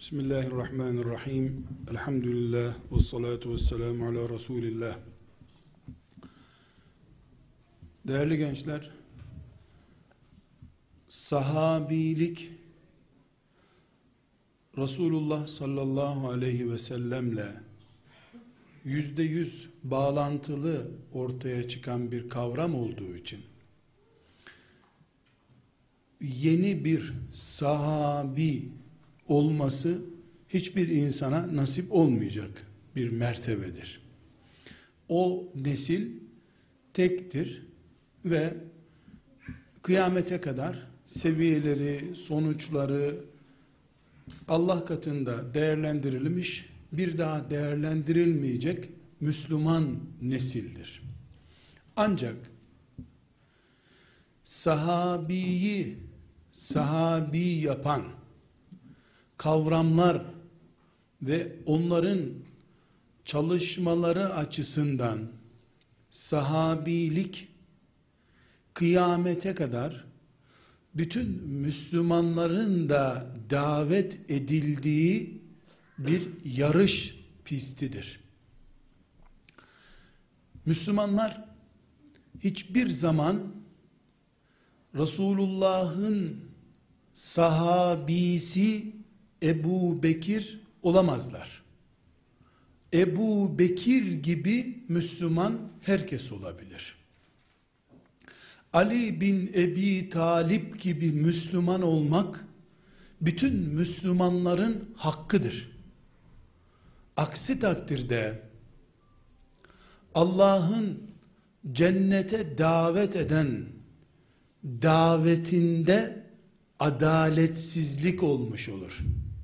Bismillahirrahmanirrahim. Elhamdülillah ve salatu ve selamu ala Resulillah. Değerli gençler, sahabilik Resulullah sallallahu aleyhi ve sellemle %100 bağlantılı ortaya çıkan bir kavram olduğu için yeni bir sahabi olması hiçbir insana nasip olmayacak bir mertebedir. O nesil tektir ve kıyamete kadar seviyeleri, sonuçları Allah katında değerlendirilmiş, bir daha değerlendirilmeyecek Müslüman nesildir. Ancak sahabi yapan kavramlar ve onların çalışmaları açısından sahabilik kıyamete kadar bütün Müslümanların da davet edildiği bir yarış pistidir. Müslümanlar hiçbir zaman Resulullah'ın sahabisi Ebu Bekir olamazlar. Ebu Bekir gibi Müslüman herkes olabilir. Ali bin Ebi Talip gibi Müslüman olmak bütün Müslümanların hakkıdır. Aksi takdirde Allah'ın cennete davet eden davetinde adaletsizlik olmuş olur.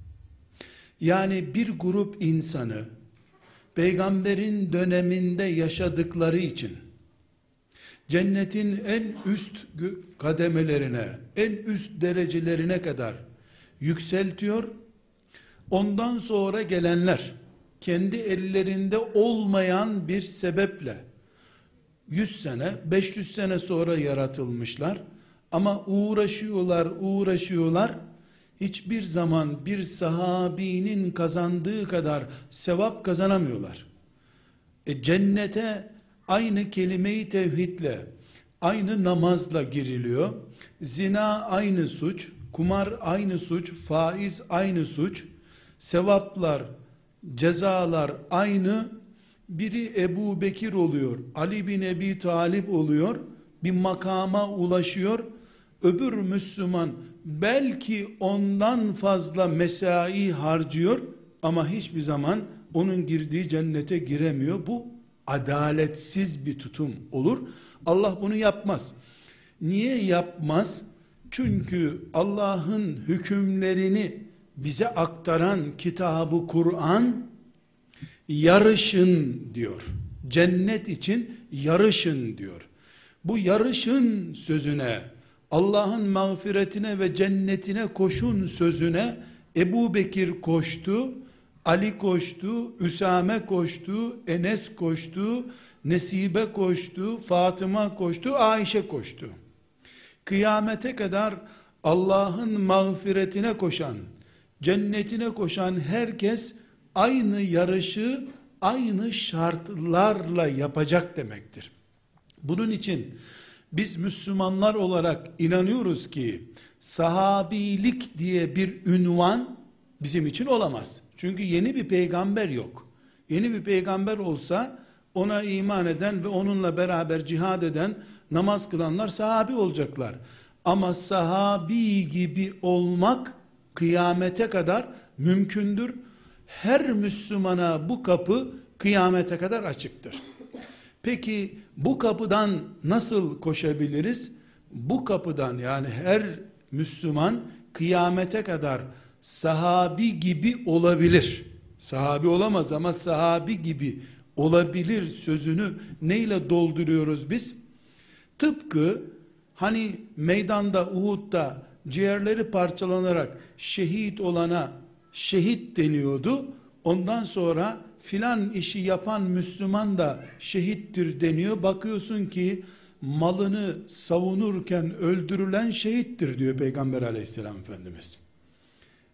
Yani bir grup insanı peygamberin döneminde yaşadıkları için cennetin en üst kademelerine, en üst derecelerine kadar yükseltiyor. Ondan sonra gelenler kendi ellerinde olmayan bir sebeple 100 sene, 500 sene sonra yaratılmışlar. Ama uğraşıyorlar. Hiçbir zaman bir sahabinin kazandığı kadar sevap kazanamıyorlar. Cennete aynı kelime-i tevhidle, aynı namazla giriliyor. Zina aynı suç, kumar aynı suç, faiz aynı suç. Sevaplar, cezalar aynı. Biri Ebu Bekir oluyor, Ali bin Ebi Talip oluyor, bir makama ulaşıyor. Öbür Müslüman belki ondan fazla mesai harcıyor ama hiçbir zaman onun girdiği cennete giremiyor. Bu adaletsiz bir tutum olur. Allah bunu yapmaz. Niye yapmaz? Çünkü Allah'ın hükümlerini bize aktaran kitabı Kur'an yarışın diyor. Cennet için yarışın diyor. Bu yarışın sözüne, Allah'ın mağfiretine ve cennetine koşun sözüne Ebu Bekir koştu, Ali koştu, Üsame koştu, Enes koştu, Nesibe koştu, Fatıma koştu, Ayşe koştu. Kıyamete kadar Allah'ın mağfiretine koşan, cennetine koşan herkes aynı yarışı aynı şartlarla yapacak demektir. Bunun için biz Müslümanlar olarak inanıyoruz ki sahabilik diye bir ünvan bizim için olamaz. Çünkü yeni bir peygamber yok. Yeni bir peygamber olsa ona iman eden ve onunla beraber cihad eden, namaz kılanlar sahabi olacaklar. Ama sahabi gibi olmak kıyamete kadar mümkündür. Her Müslümana bu kapı kıyamete kadar açıktır. Peki bu kapıdan nasıl koşabiliriz? Bu kapıdan, yani her Müslüman kıyamete kadar sahabi gibi olabilir. Sahabi olamaz ama sahabi gibi olabilir sözünü neyle dolduruyoruz biz? Tıpkı hani meydanda, Uhud'da ciğerleri parçalanarak şehit olana şehit deniyordu. Ondan sonra filan işi yapan Müslüman da şehittir deniyor. Bakıyorsun ki malını savunurken öldürülen şehittir diyor Peygamber aleyhisselam Efendimiz.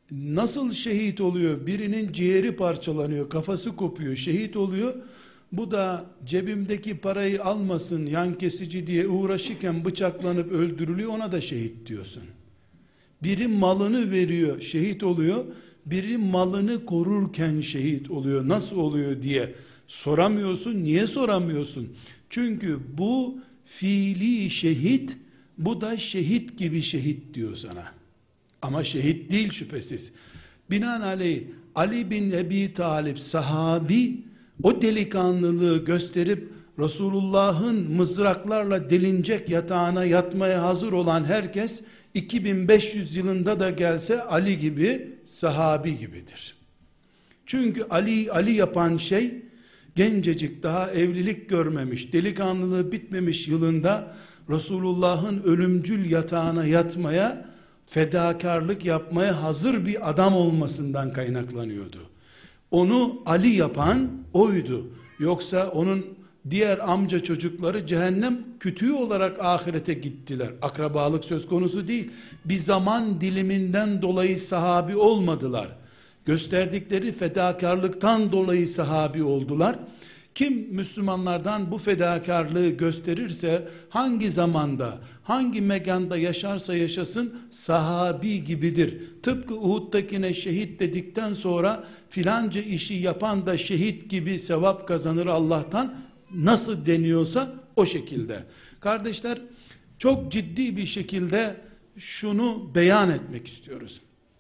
Nasıl şehit oluyor? Birinin ciğeri parçalanıyor, kafası kopuyor, şehit oluyor. Bu da cebimdeki parayı almasın yan kesici diye uğraşırken bıçaklanıp öldürülüyor, ona da şehit diyorsun. Biri malını veriyor, şehit oluyor. Biri malını korurken şehit oluyor. Nasıl oluyor diye soramıyorsun. Niye soramıyorsun? Çünkü bu fiili şehit, bu da şehit gibi şehit diyor sana. Ama şehit değil şüphesiz. Binaenaleyh Ali bin Ebi Talib sahabi, o delikanlılığı gösterip Resulullah'ın mızraklarla delinecek yatağına yatmaya hazır olan herkes 2500 yılında da gelse Ali gibi sahabi gibidir. Çünkü Ali yapan şey, gencecik, daha evlilik görmemiş, delikanlılığı bitmemiş yılında Resulullah'ın ölümcül yatağına yatmaya, fedakarlık yapmaya hazır bir adam olmasından kaynaklanıyordu. Onu Ali yapan oydu. Yoksa onun diğer amca çocukları cehennem kütüğü olarak ahirete gittiler. Akrabalık söz konusu değil. Bir zaman diliminden dolayı sahabi olmadılar. Gösterdikleri fedakarlıktan dolayı sahabi oldular. Kim Müslümanlardan bu fedakarlığı gösterirse, hangi zamanda, hangi mekanda yaşarsa yaşasın sahabi gibidir. Tıpkı Uhud'dakine şehit dedikten sonra filanca işi yapan da şehit gibi sevap kazanır Allah'tan, nasıl deniyorsa o şekilde. Kardeşler, çok ciddi bir şekilde şunu beyan etmek istiyoruz.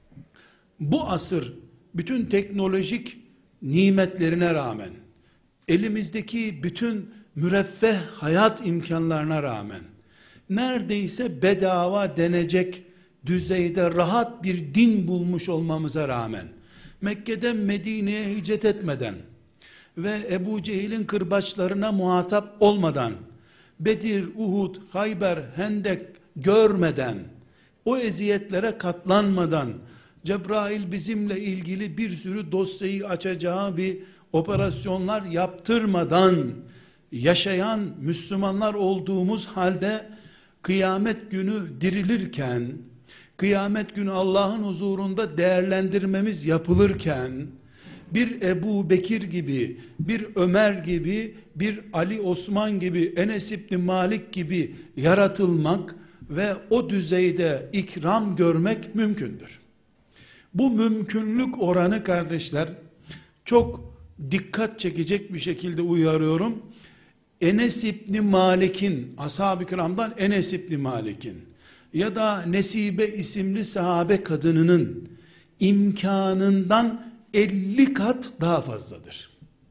Bu asır bütün teknolojik nimetlerine rağmen, elimizdeki bütün müreffeh hayat imkanlarına rağmen, neredeyse bedava denecek düzeyde rahat bir din bulmuş olmamıza rağmen, Mekke'den Medine'ye hicret etmeden ve Ebu Cehil'in kırbaçlarına muhatap olmadan, Bedir, Uhud, Hayber, Hendek görmeden, o eziyetlere katlanmadan, Cebrail bizimle ilgili bir sürü dosyayı açacağı bir operasyonlar yaptırmadan yaşayan Müslümanlar olduğumuz halde, kıyamet günü dirilirken, kıyamet günü Allah'ın huzurunda değerlendirmemiz yapılırken, bir Ebu Bekir gibi, bir Ömer gibi, bir Ali Osman gibi, Enes İbni Malik gibi yaratılmak ve o düzeyde ikram görmek mümkündür. Bu mümkünlük oranı kardeşler, çok dikkat çekecek bir şekilde uyarıyorum. Enes İbni Malik'in, ashab-ı kiramdan Enes İbni Malik'in ya da Nesibe isimli sahabe kadınının imkanından 50 kat daha fazladır.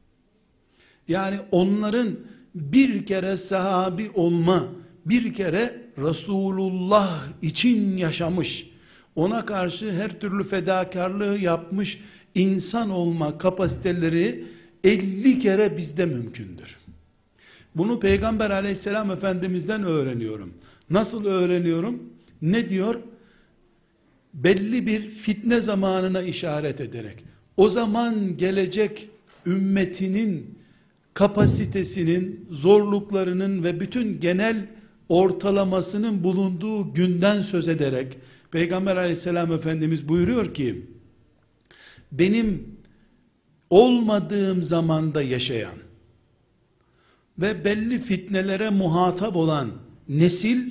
Yani onların bir kere sahabi olma, bir kere Resulullah için yaşamış, ona karşı her türlü fedakarlığı yapmış insan olma kapasiteleri 50 kere bizde mümkündür. Bunu Peygamber aleyhisselam efendimizden öğreniyorum. Nasıl öğreniyorum? Ne diyor? Belli bir fitne zamanına işaret ederek, o zaman gelecek ümmetinin kapasitesinin, zorluklarının ve bütün genel ortalamasının bulunduğu günden söz ederek, Peygamber aleyhisselam efendimiz buyuruyor ki, benim olmadığım zamanda yaşayan ve belli fitnelere muhatap olan nesil,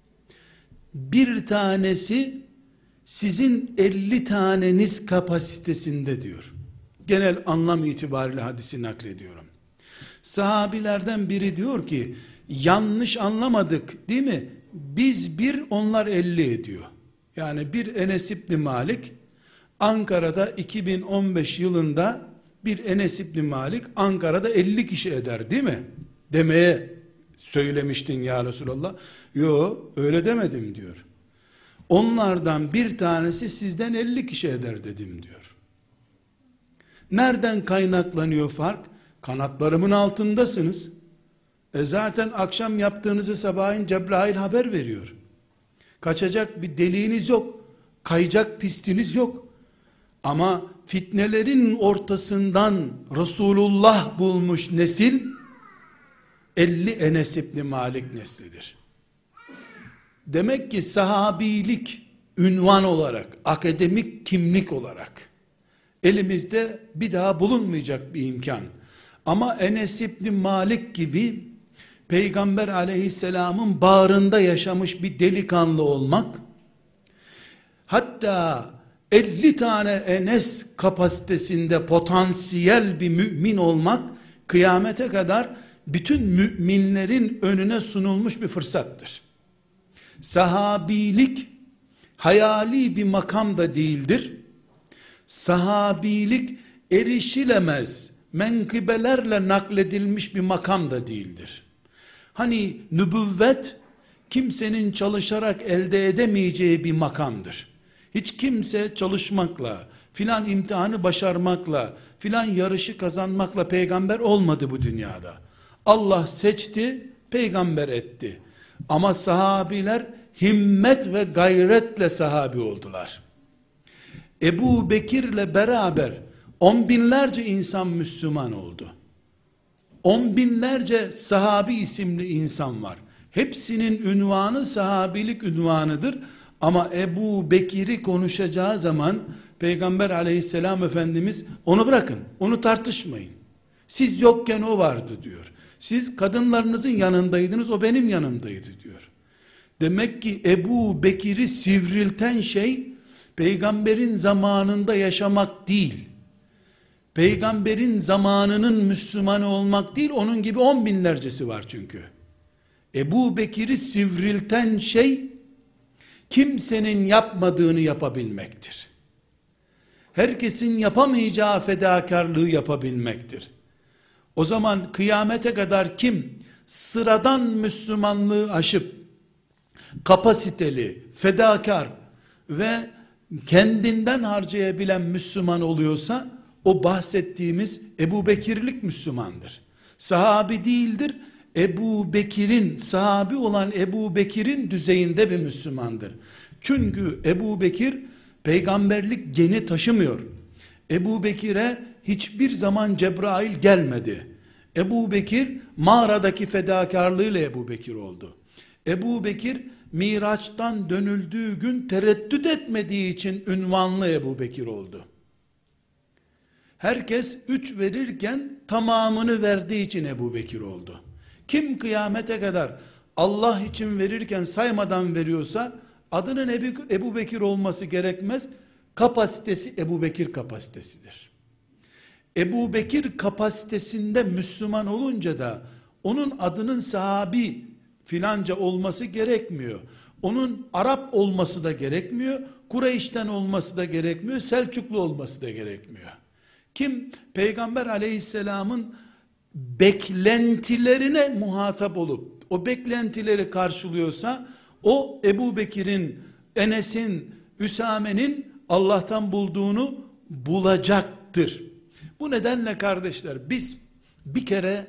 bir tanesi sizin 50 taneniz kapasitesinde diyor. Genel anlam itibariyle hadisi naklediyorum. Sahabilerden biri diyor ki, yanlış anlamadık değil mi? Biz bir, onlar 50 ediyor. Yani bir Enes İbni Malik, Ankara'da 2015 yılında bir Enes İbni Malik Ankara'da 50 kişi eder değil mi? Demeye söylemiştin ya Resulallah. Yo, öyle demedim diyor. Onlardan bir tanesi sizden 50 kişi eder dedim diyor. Nereden kaynaklanıyor fark? Kanatlarımın altındasınız. Zaten akşam yaptığınızı sabahın Cebrail haber veriyor. Kaçacak bir deliğiniz yok. Kayacak pistiniz yok. Ama fitnelerin ortasından Resulullah bulmuş nesil 50 Enes İbni Malik neslidir. Demek ki sahabilik ünvan olarak, akademik kimlik olarak elimizde bir daha bulunmayacak bir imkan. Ama Enes İbni Malik gibi Peygamber aleyhisselamın bağrında yaşamış bir delikanlı olmak, hatta 50 tane Enes kapasitesinde potansiyel bir mümin olmak, kıyamete kadar bütün müminlerin önüne sunulmuş bir fırsattır. Sahabilik hayali bir makam da değildir. Sahabilik erişilemez menkıbelerle nakledilmiş bir makam da değildir. Hani nübüvvet kimsenin çalışarak elde edemeyeceği bir makamdır. Hiç kimse çalışmakla, filan imtihanı başarmakla, filan yarışı kazanmakla peygamber olmadı bu dünyada. Allah seçti, peygamber etti. Ama sahabiler himmet ve gayretle sahabi oldular. Ebu Bekir'le beraber on binlerce insan Müslüman oldu. On binlerce sahabi isimli insan var. Hepsinin ünvanı sahabilik ünvanıdır. Ama Ebu Bekir'i konuşacağı zaman Peygamber aleyhisselam Efendimiz onu bırakın, onu tartışmayın. Siz yokken o vardı diyor. Siz kadınlarınızın yanındaydınız, o benim yanımdaydı diyor. Demek ki Ebu Bekir'i sivrilten şey peygamberin zamanında yaşamak değil. Peygamberin zamanının Müslümanı olmak değil, onun gibi on binlercesi var çünkü. Ebu Bekir'i sivrilten şey kimsenin yapmadığını yapabilmektir. Herkesin yapamayacağı fedakarlığı yapabilmektir. O zaman kıyamete kadar kim sıradan Müslümanlığı aşıp kapasiteli, fedakar ve kendinden harcayabilen Müslüman oluyorsa o bahsettiğimiz Ebu Bekirlik Müslümandır. Sahabi değildir. Ebu Bekir'in, sahabi olan Ebu Bekir'in düzeyinde bir Müslümandır. Çünkü Ebu Bekir peygamberlik geni taşımıyor. Ebu Bekir'e hiçbir zaman Cebrail gelmedi. Ebu Bekir mağaradaki fedakarlığıyla Ebu Bekir oldu. Ebu Bekir Miraç'tan dönüldüğü gün tereddüt etmediği için ünvanlı Ebu Bekir oldu. Herkes 3 verirken tamamını verdiği için Ebu Bekir oldu. Kim kıyamete kadar Allah için verirken saymadan veriyorsa adının Ebu Bekir olması gerekmez. Kapasitesi Ebu Bekir kapasitesidir. Ebu Bekir kapasitesinde Müslüman olunca da onun adının sahabi filanca olması gerekmiyor. Onun Arap olması da gerekmiyor. Kureyş'ten olması da gerekmiyor. Selçuklu olması da gerekmiyor. Kim Peygamber aleyhisselamın beklentilerine muhatap olup o beklentileri karşılıyorsa o Ebu Bekir'in, Enes'in, Üsame'nin Allah'tan bulduğunu bulacaktır. Bu nedenle kardeşler biz bir kere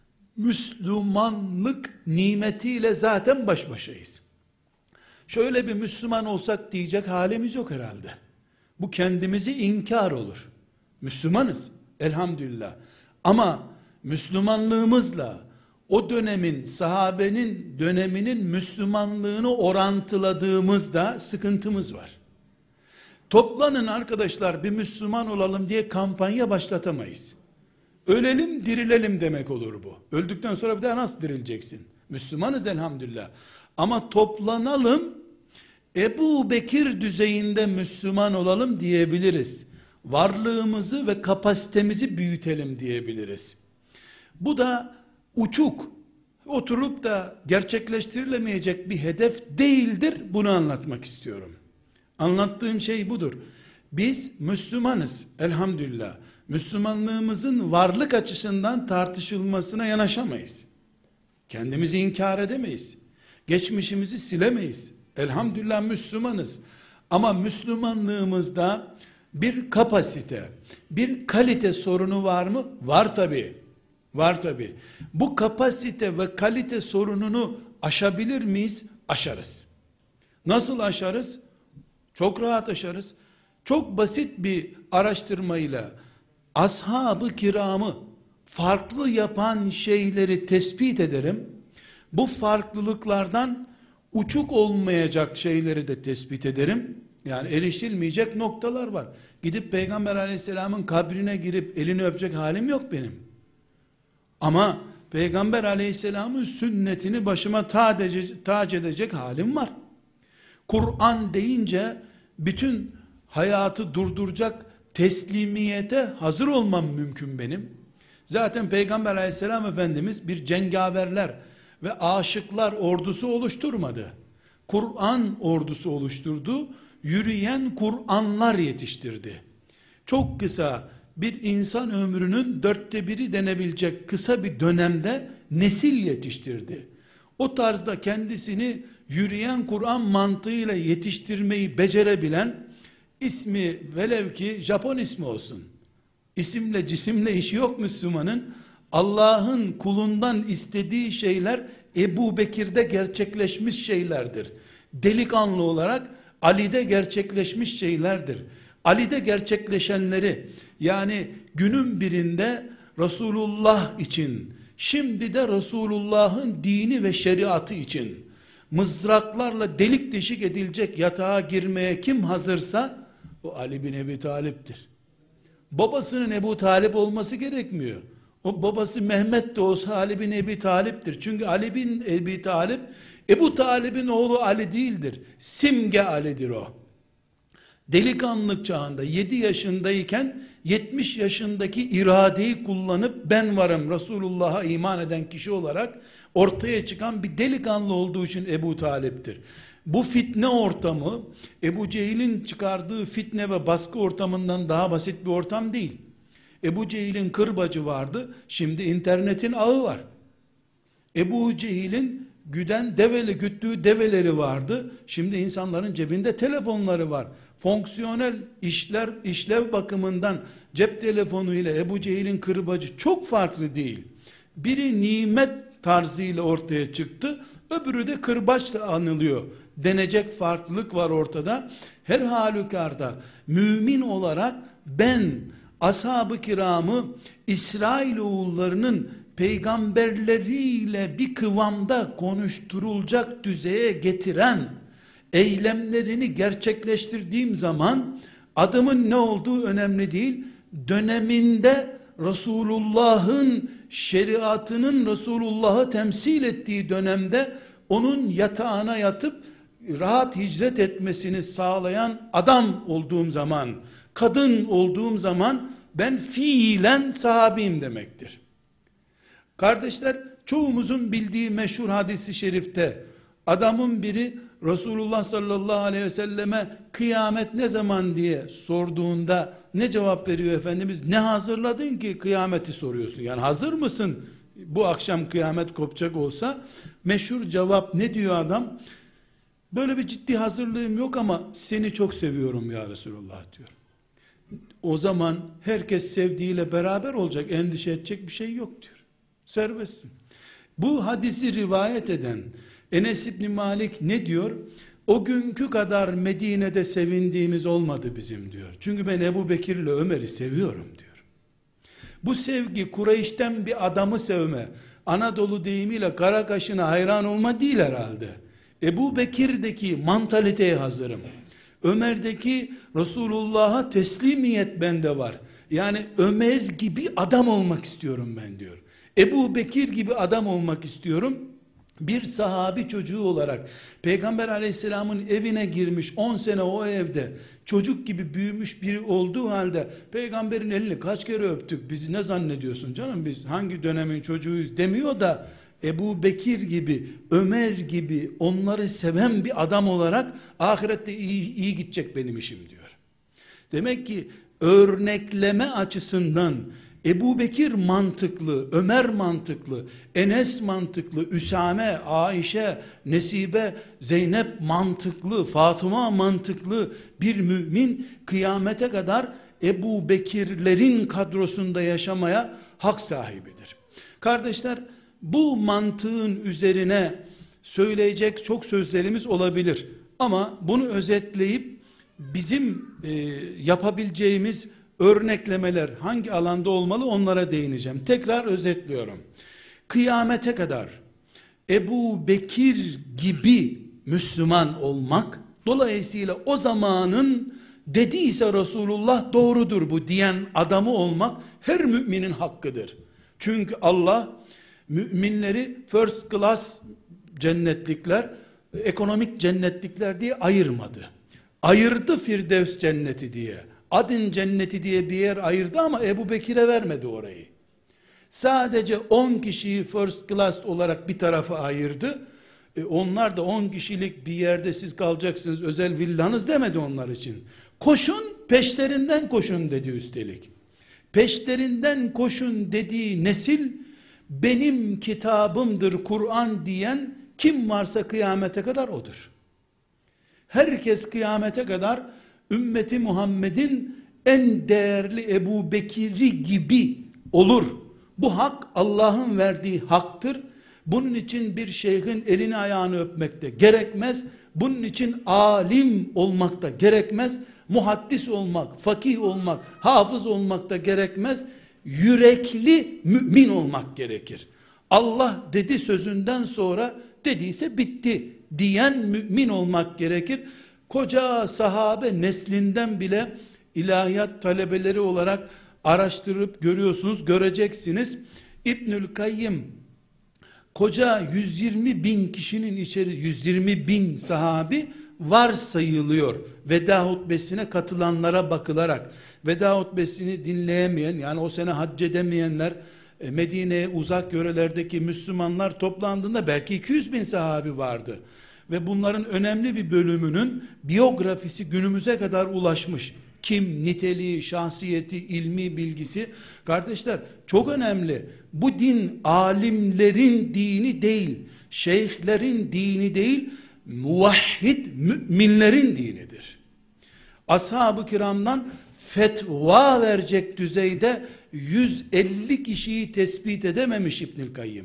Müslümanlık nimetiyle zaten baş başayız. Şöyle bir Müslüman olsak diyecek halimiz yok herhalde. Bu kendimizi inkar olur. Müslümanız elhamdülillah. Ama Müslümanlığımızla o dönemin, sahabenin döneminin Müslümanlığını orantıladığımızda sıkıntımız var. Toplanın arkadaşlar bir Müslüman olalım diye kampanya başlatamayız. Ölelim dirilelim demek olur bu. Öldükten sonra bir daha nasıl dirileceksin? Müslümanız elhamdülillah. Ama toplanalım, Ebu Bekir düzeyinde Müslüman olalım diyebiliriz. Varlığımızı ve kapasitemizi büyütelim diyebiliriz. Bu da uçuk, oturup da gerçekleştirilemeyecek bir hedef değildir. Bunu anlatmak istiyorum. Anlattığım şey budur. Biz Müslümanız elhamdülillah. Müslümanlığımızın varlık açısından tartışılmasına yanaşamayız. Kendimizi inkar edemeyiz. Geçmişimizi silemeyiz. Elhamdülillah Müslümanız. Ama Müslümanlığımızda bir kapasite, bir kalite sorunu var mı? Var tabii. Var tabii. Bu kapasite ve kalite sorununu aşabilir miyiz? Aşarız. Nasıl aşarız? Çok rahat aşarız. Çok basit bir araştırmayla ashab-ı kiramı farklı yapan şeyleri tespit ederim. Bu farklılıklardan uçuk olmayacak şeyleri de tespit ederim. Yani erişilmeyecek noktalar var. Gidip Peygamber aleyhisselamın kabrine girip elini öpecek halim yok benim. Ama Peygamber aleyhisselamın sünnetini başıma tac edecek halim var. Kur'an deyince bütün hayatı durduracak teslimiyete hazır olmam mümkün benim. Zaten Peygamber aleyhisselam Efendimiz bir cengaverler ve aşıklar ordusu oluşturmadı. Kur'an ordusu oluşturdu. Yürüyen Kur'anlar yetiştirdi. Çok kısa bir insan ömrünün 1/4 denebilecek kısa bir dönemde nesil yetiştirdi. O tarzda kendisini yürüyen Kur'an mantığıyla yetiştirmeyi becerebilen, ismi velev ki Japon ismi olsun, İsimle cisimle işi yok Müslümanın, Allah'ın kulundan istediği şeyler Ebu Bekir'de gerçekleşmiş şeylerdir. Delikanlı olarak Ali'de gerçekleşmiş şeylerdir. Ali'de gerçekleşenleri, yani günün birinde Resulullah için, şimdi de Resulullah'ın dini ve şeriatı için mızraklarla delik deşik edilecek yatağa girmeye kim hazırsa o Ali bin Ebi Talip'tir. Babasının Ebu Talip olması gerekmiyor. O babası Mehmet de olsa Ali bin Ebi Talip'tir. Çünkü Ali bin Ebi Talip Ebu Talib'in oğlu Ali değildir. Simge Ali'dir o. Delikanlılık çağında 7 yaşındayken 70 yaşındaki iradeyi kullanıp ben varım Resulullah'a iman eden kişi olarak ortaya çıkan bir delikanlı olduğu için Ebu Talip'tir. Bu fitne ortamı Ebu Cehil'in çıkardığı fitne ve baskı ortamından daha basit bir ortam değil. Ebu Cehil'in kırbacı vardı, şimdi internetin ağı var. Ebu Cehil'in güttüğü develeri vardı, şimdi insanların cebinde telefonları var. Fonksiyonel işlev bakımından cep telefonu ile Ebu Cehil'in kırbacı çok farklı değil. Biri nimet tarzıyla ortaya çıktı, öbürü de kırbaçla anılıyor. Denecek farklılık var ortada. Her halükarda mümin olarak ben ashab-ı kiramı İsrailoğullarının peygamberleriyle bir kıvamda konuşturulacak düzeye getiren eylemlerini gerçekleştirdiğim zaman adımın ne olduğu önemli değil. Döneminde Resulullah'ın şeriatının Resulullah'ı temsil ettiği dönemde onun yatağına yatıp rahat hicret etmesini sağlayan adam olduğum zaman, kadın olduğum zaman ben fiilen sahabiyim demektir. Kardeşler, çoğumuzun bildiği meşhur hadisi şerifte adamın biri Resulullah sallallahu aleyhi ve selleme kıyamet ne zaman diye sorduğunda ne cevap veriyor Efendimiz? Ne hazırladın ki kıyameti soruyorsun? Yani hazır mısın? Bu akşam kıyamet kopacak olsa meşhur cevap ne diyor adam? Böyle bir ciddi hazırlığım yok ama seni çok seviyorum ya Resulullah diyor. O zaman herkes sevdiğiyle beraber olacak, endişe edecek bir şey yok diyor. Serbestsin. Bu hadisi rivayet eden Enes İbni Malik ne diyor? O günkü kadar Medine'de sevindiğimiz olmadı bizim diyor. Çünkü ben Ebu Bekir'le Ömer'i seviyorum diyor. Bu sevgi Kureyş'ten bir adamı sevme, Anadolu deyimiyle kara kaşına hayran olma değil herhalde. Ebu Bekir'deki mantaliteye hazırım. Ömer'deki Resulullah'a teslimiyet bende var. Yani Ömer gibi adam olmak istiyorum ben diyor. Ebu Bekir gibi adam olmak istiyorum. Bir sahabi çocuğu olarak Peygamber aleyhisselamın evine girmiş 10 sene o evde çocuk gibi büyümüş biri olduğu halde peygamberin elini kaç kere öptük, bizi ne zannediyorsun canım, biz hangi dönemin çocuğuyuz demiyor da Ebu Bekir gibi, Ömer gibi onları seven bir adam olarak ahirette iyi gidecek benim işim diyor. Demek ki örnekleme açısından Ebu Bekir mantıklı, Ömer mantıklı, Enes mantıklı, Üsame, Ayşe, Nesibe, Zeynep mantıklı, Fatıma mantıklı bir mümin kıyamete kadar Ebu Bekirlerin kadrosunda yaşamaya hak sahibidir. Kardeşler, bu mantığın üzerine söyleyecek çok sözlerimiz olabilir. Ama bunu özetleyip bizim yapabileceğimiz örneklemeler hangi alanda olmalı onlara değineceğim. Tekrar özetliyorum. Kıyamete kadar Ebu Bekir gibi Müslüman olmak, dolayısıyla o zamanın dediyse Resulullah doğrudur bu diyen adamı olmak her müminin hakkıdır. Çünkü Allah müminleri first class cennetlikler, ekonomik cennetlikler diye ayırmadı. Ayırdı Firdevs cenneti diye. Adın cenneti diye bir yer ayırdı ama Ebu Bekir'e vermedi orayı. Sadece 10 kişiyi first class olarak bir tarafa ayırdı. Onlar da 10 kişilik bir yerde siz kalacaksınız, özel villanız demedi onlar için. Koşun, peşlerinden koşun dedi üstelik. Peşlerinden koşun dediği nesil, benim kitabımdır Kur'an diyen kim varsa kıyamete kadar odur. Herkes kıyamete kadar ümmeti Muhammed'in en değerli Ebu Bekir'i gibi olur. Bu hak Allah'ın verdiği haktır. Bunun için bir şeyhin elini ayağını öpmek de gerekmez. Bunun için alim olmak da gerekmez. Muhaddis olmak, fakih olmak, hafız olmak da gerekmez. Yürekli mümin olmak gerekir. Allah dedi sözünden sonra dediyse bitti diyen mümin olmak gerekir. Koca sahabe neslinden bile ilahiyat talebeleri olarak araştırıp görüyorsunuz, göreceksiniz. İbnül Kayyim koca 120 bin kişinin 120 bin sahabi varsayılıyor. Veda hutbesine katılanlara bakılarak, veda hutbesini dinleyemeyen, yani o sene hac edemeyenler, Medine'ye uzak yörelerdeki Müslümanlar toplandığında belki 200 bin sahabi vardı. Ve bunların önemli bir bölümünün biyografisi günümüze kadar ulaşmış. Kim, niteliği, şahsiyeti, ilmi bilgisi. Kardeşler çok önemli. Bu din alimlerin dini değil, şeyhlerin dini değil, muvahhid müminlerin dinidir. Ashab-ı kiramdan fetva verecek düzeyde 150 kişiyi tespit edememiş İbnül Kayyim.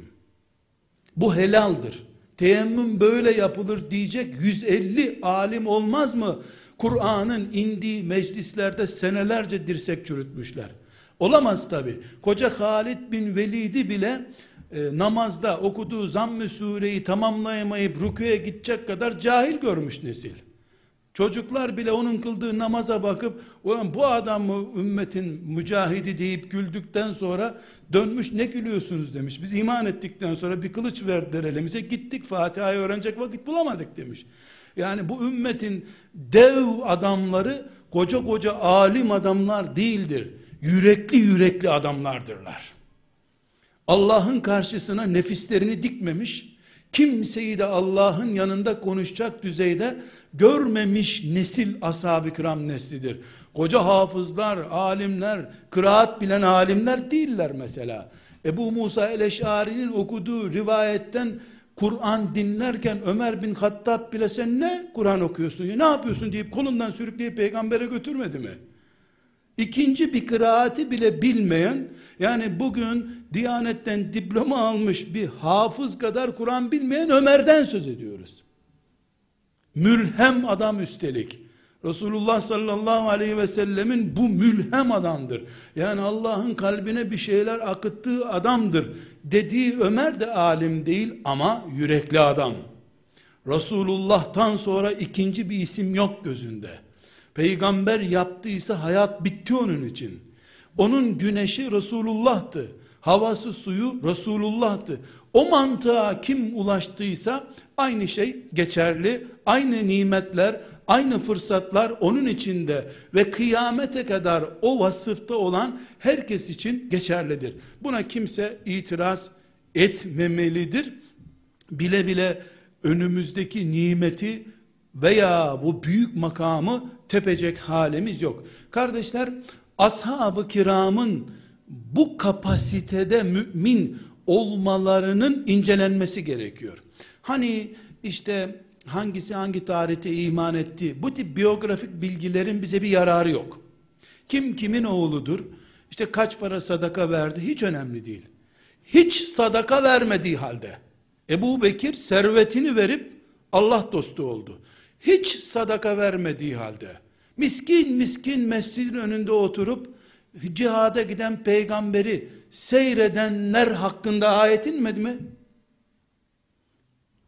Bu helaldir. Teyemmüm böyle yapılır diyecek 150 alim olmaz mı? Kur'an'ın indiği meclislerde senelerce dirsek çürütmüşler. Olamaz tabi. Koca Halid bin Velid'i bile namazda okuduğu Zamm-ı sureyi tamamlayamayıp rüküye gidecek kadar cahil görmüş nesil. Çocuklar bile onun kıldığı namaza bakıp bu adam mı ümmetin mücahidi deyip güldükten sonra dönmüş, ne gülüyorsunuz demiş. Biz iman ettikten sonra bir kılıç verdiler elimize, gittik Fatiha'yı öğrenecek vakit bulamadık demiş. Yani bu ümmetin dev adamları koca koca alim adamlar değildir. Yürekli yürekli adamlardırlar. Allah'ın karşısına nefislerini dikmemiş, kimseyi de Allah'ın yanında konuşacak düzeyde görmemiş nesil ashab-ı kiram neslidir. Koca hafızlar, alimler, kıraat bilen alimler değiller mesela. Ebu Musa el-Eş'ari'nin okuduğu rivayetten Kur'an dinlerken Ömer bin Hattab bile sen ne Kur'an okuyorsun ya, ne yapıyorsun deyip kolundan sürükleyip peygambere götürmedi mi? İkinci bir kıraati bile bilmeyen, yani bugün Diyanet'ten diploma almış bir hafız kadar Kur'an bilmeyen Ömer'den söz ediyoruz. Mülhem adam üstelik. Resulullah sallallahu aleyhi ve sellemin bu mülhem adamdır. Yani Allah'ın kalbine bir şeyler akıttığı adamdır dediği Ömer de alim değil ama yürekli adam. Resulullah'tan sonra ikinci bir isim yok gözünde. Peygamber yaptıysa hayat bitti onun için. Onun güneşi Resulullah'tı. Havası suyu Resulullah'tı. O mantığa kim ulaştıysa aynı şey geçerli. Aynı nimetler, aynı fırsatlar onun içinde ve kıyamete kadar o vasıfta olan herkes için geçerlidir. Buna kimse itiraz etmemelidir. Bile bile önümüzdeki nimeti veya bu büyük makamı tepecek halimiz yok. Kardeşler, ashab-ı kiramın bu kapasitede mümin olmalarının incelenmesi gerekiyor. Hani işte hangisi hangi tarihte iman etti, bu tip biyografik bilgilerin bize bir yararı yok. Kim kimin oğludur, işte kaç para sadaka verdi, hiç önemli değil. Hiç sadaka vermediği halde Ebu Bekir servetini verip Allah dostu oldu. Hiç sadaka vermediği halde miskin miskin mescidin önünde oturup cihada giden peygamberi seyredenler hakkında ayet inmedi mi?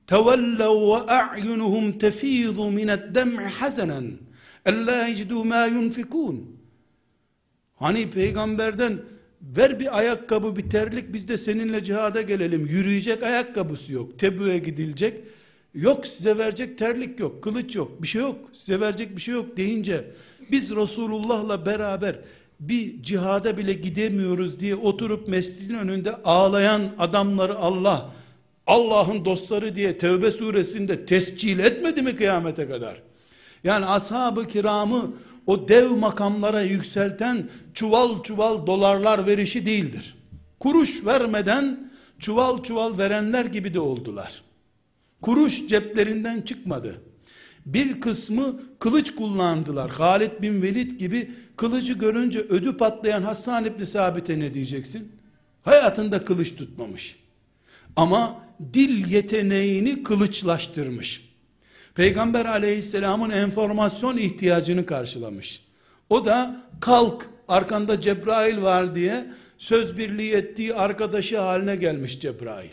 tevellev ve a'yunuhum tefizu mined-dem'i hazanen ella yecidu ma yunfikun. Hani peygamberden ver bir ayakkabı, bir terlik, biz de seninle cihada gelelim. Yürüyecek ayakkabısı yok. Tebü'ye gidilecek. Yok, size verecek terlik yok, kılıç yok, bir şey yok, size verecek bir şey yok deyince biz Resulullah'la beraber bir cihada bile gidemiyoruz diye oturup mescidin önünde ağlayan adamları Allah'ın dostları diye Tevbe suresinde tescil etmedi mi kıyamete kadar? Yani ashab-ı kiramı o dev makamlara yükselten çuval çuval dolarlar verişi değildir. Kuruş vermeden çuval çuval verenler gibi de oldular. Kuruş ceplerinden çıkmadı. Bir kısmı kılıç kullandılar. Halid bin Velid gibi kılıcı görünce ödü patlayan Hassan İbni Sabit'e ne diyeceksin? Hayatında kılıç tutmamış. Ama dil yeteneğini kılıçlaştırmış. Peygamber aleyhisselamın enformasyon ihtiyacını karşılamış. O da kalk, arkanda Cebrail var diye söz birliği ettiği arkadaşı haline gelmiş Cebrail.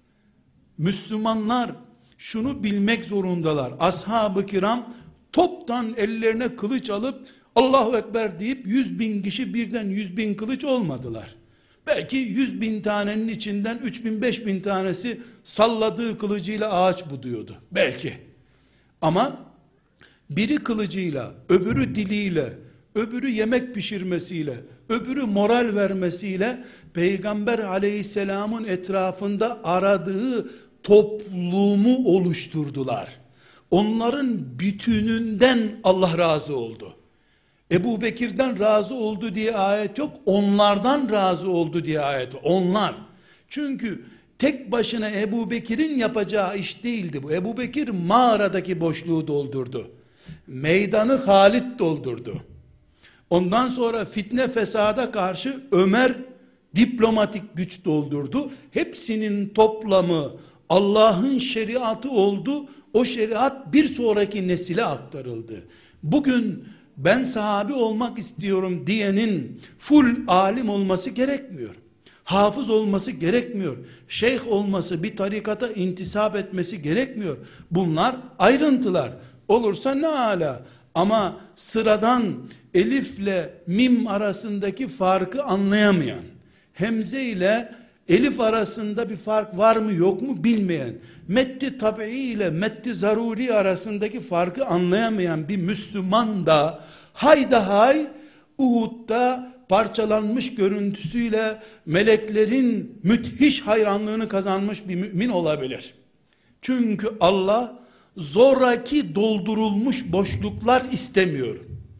Müslümanlar şunu bilmek zorundalar. Ashab-ı kiram toptan ellerine kılıç alıp Allahu Ekber deyip 100.000 kişi birden 100.000 kılıç olmadılar. Belki 100.000 tanenin içinden 3.000-5.000 tanesi salladığı kılıcıyla ağaç buduyordu. Belki. Ama biri kılıcıyla, öbürü diliyle, öbürü yemek pişirmesiyle, öbürü moral vermesiyle Peygamber aleyhisselamın etrafında aradığı toplumu oluşturdular. Onların bütününden Allah razı oldu. Ebu Bekir'den razı oldu diye ayet yok, onlardan razı oldu diye ayet. Onlar. Çünkü tek başına Ebu Bekir'in yapacağı iş değildi bu. Ebu Bekir mağaradaki boşluğu doldurdu. Meydanı Halid doldurdu. Ondan sonra fitne fesada karşı Ömer diplomatik güç doldurdu. Hepsinin toplamı Allah'ın şeriatı oldu. O şeriat bir sonraki nesile aktarıldı. Bugün ben sahabi olmak istiyorum diyenin full alim olması gerekmiyor. Hafız olması gerekmiyor. Şeyh olması, bir tarikata intisap etmesi gerekmiyor. Bunlar ayrıntılar. Olursa ne ala. Ama sıradan elifle mim arasındaki farkı anlayamayan, hemze ile elif arasında bir fark var mı yok mu bilmeyen, meddi tabii ile meddi zaruri arasındaki farkı anlayamayan bir Müslüman da hayda hay Uhud'da parçalanmış görüntüsüyle meleklerin müthiş hayranlığını kazanmış bir mümin olabilir. Çünkü Allah zoraki doldurulmuş boşluklar istemiyor.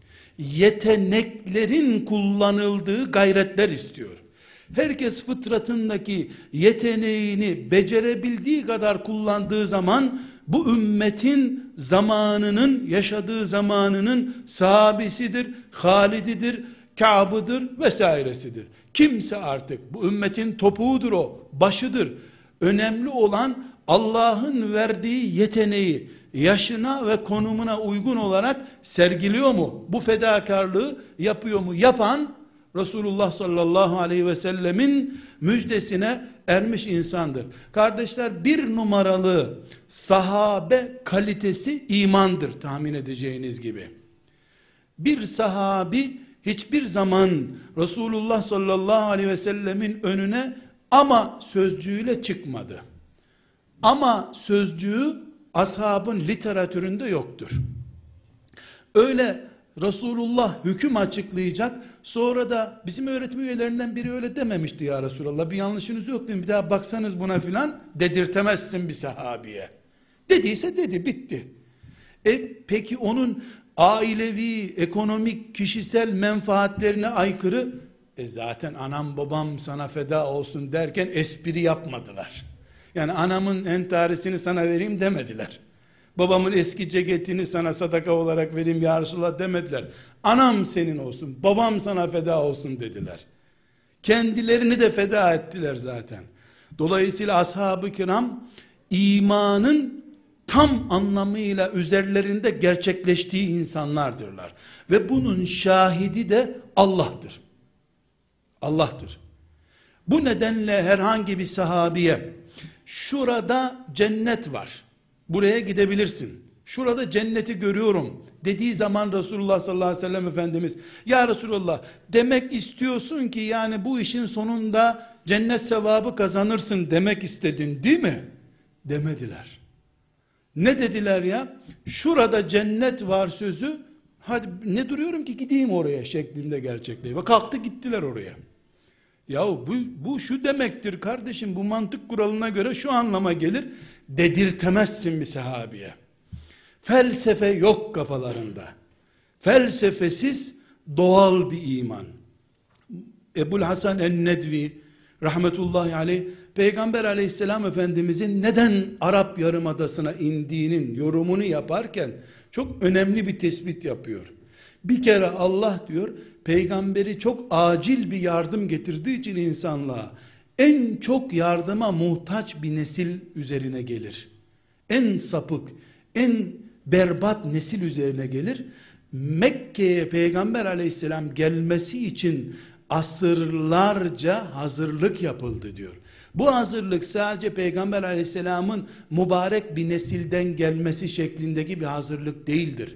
Yeteneklerin kullanıldığı gayretler istiyor. Herkes fıtratındaki yeteneğini becerebildiği kadar kullandığı zaman bu ümmetin zamanının, yaşadığı zamanının sahabesidir, Halididir, Kâb'ıdır vesairesidir. Kimse artık bu ümmetin topuğudur, o başıdır. Önemli olan Allah'ın verdiği yeteneği yaşına ve konumuna uygun olarak sergiliyor mu? Bu fedakarlığı yapıyor mu? Yapan Resulullah sallallahu aleyhi ve sellemin müjdesine ermiş insandır. Kardeşler, bir numaralı sahabe kalitesi imandır, tahmin edeceğiniz gibi. Bir sahabi hiçbir zaman Resulullah sallallahu aleyhi ve sellemin önüne ama sözcüğüyle çıkmadı. Ama sözcüğü ashabın literatüründe yoktur. Öyle Resulullah hüküm açıklayacak, sonra da bizim öğretim üyelerinden biri öyle dememişti ya Resulallah, bir yanlışınız yok değil mi, bir daha baksanız buna filan dedirtemezsin bir sahabiye. Dediyse dedi, bitti. Peki onun ailevi, ekonomik, kişisel menfaatlerine aykırı, zaten anam babam sana feda olsun derken espri yapmadılar. Yani anamın entarisini sana vereyim demediler. Babamın eski ceketini sana sadaka olarak vereyim ya Resulallah demediler. Anam senin olsun, babam sana feda olsun dediler. Kendilerini de feda ettiler zaten. Dolayısıyla ashab-ı kiram imanın tam anlamıyla üzerlerinde gerçekleştiği insanlardırlar. Ve bunun şahidi de Allah'tır. Allah'tır. Bu nedenle herhangi bir sahabiye şurada cennet var. Buraya gidebilirsin. Şurada cenneti görüyorum dediği zaman Resulullah sallallahu aleyhi ve sellem Efendimiz, ya Resulullah, demek istiyorsun ki yani bu işin sonunda cennet sevabı kazanırsın demek istedin değil mi? Demediler. Ne dediler ya? Şurada cennet var sözü, hadi ne duruyorum ki gideyim oraya şeklinde gerçekleşti. Ve kalktı gittiler oraya. Yahu bu şu demektir kardeşim, bu mantık kuralına göre şu anlama gelir dedirtemezsin bir sahabiye. Felsefe yok kafalarında. Felsefesiz doğal bir iman. Ebul Hasan el-Nedvi rahmetullahi aleyh, Peygamber aleyhisselam Efendimizin neden Arap Yarımadası'na indiğinin yorumunu yaparken çok önemli bir tespit yapıyor. Bir kere Allah diyor, peygamberi çok acil bir yardım getirdiği için insanlığa en çok yardıma muhtaç bir nesil üzerine gelir. En sapık, en berbat nesil üzerine gelir. Mekke'ye Peygamber aleyhisselam gelmesi için asırlarca hazırlık yapıldı diyor. Bu hazırlık sadece Peygamber aleyhisselamın mübarek bir nesilden gelmesi şeklindeki bir hazırlık değildir.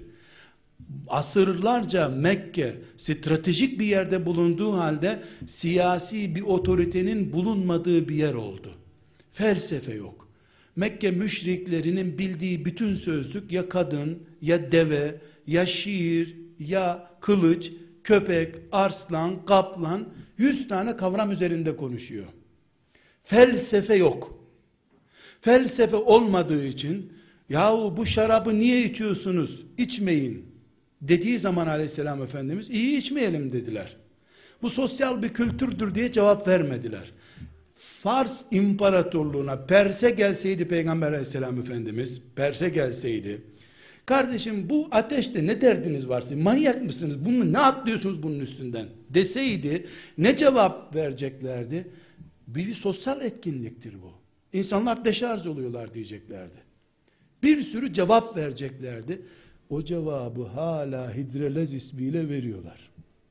Asırlarca Mekke stratejik bir yerde bulunduğu halde siyasi bir otoritenin bulunmadığı bir yer oldu. Felsefe yok. Mekke müşriklerinin bildiği bütün sözlük ya kadın, ya deve, ya şiir, ya kılıç, köpek, arslan, kaplan, 100 tane kavram üzerinde konuşuyor. Felsefe yok. Felsefe olmadığı için yahu bu şarabı niye içiyorsunuz? İçmeyin dediği zaman aleyhisselam Efendimiz iyi içmeyelim dediler. Bu sosyal bir kültürdür diye cevap vermediler. Fars İmparatorluğuna Pers'e gelseydi Peygamber aleyhisselam Efendimiz, Pers'e gelseydi, kardeşim bu ateşte ne derdiniz var sizin, manyak mısınız, bunu ne atlıyorsunuz bunun üstünden deseydi ne cevap vereceklerdi? Bir sosyal etkinliktir bu. İnsanlar deşarj oluyorlar diyeceklerdi. Bir sürü cevap vereceklerdi. O cevabı hala Hidrellez ismiyle veriyorlar.